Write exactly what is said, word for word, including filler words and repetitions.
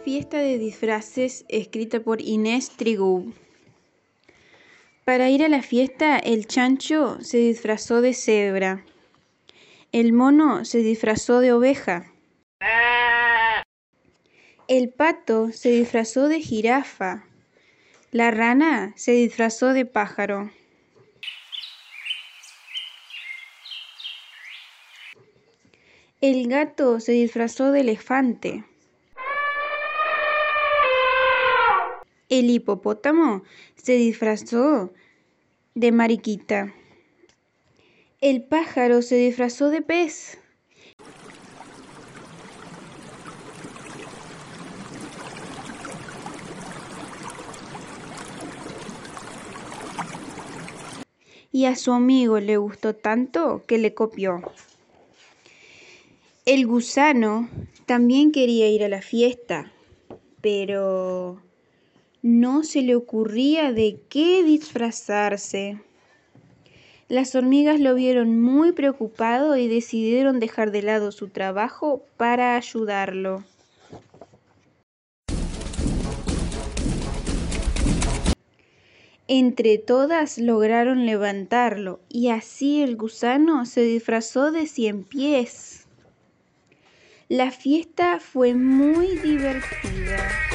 Fiesta de disfraces escrita por Inés Trigub. Para ir a la fiesta, el chancho se disfrazó de cebra. El mono se disfrazó de oveja. El pato se disfrazó de jirafa. La rana se disfrazó de pájaro. El gato se disfrazó de elefante. El hipopótamo se disfrazó de mariquita. El pájaro se disfrazó de pez. Y a su amigo le gustó tanto que le copió. El gusano también quería ir a la fiesta, pero no se le ocurría de qué disfrazarse. Las hormigas lo vieron muy preocupado y decidieron dejar de lado su trabajo para ayudarlo. Entre todas lograron levantarlo y así el gusano se disfrazó de cien pies. La fiesta fue muy divertida.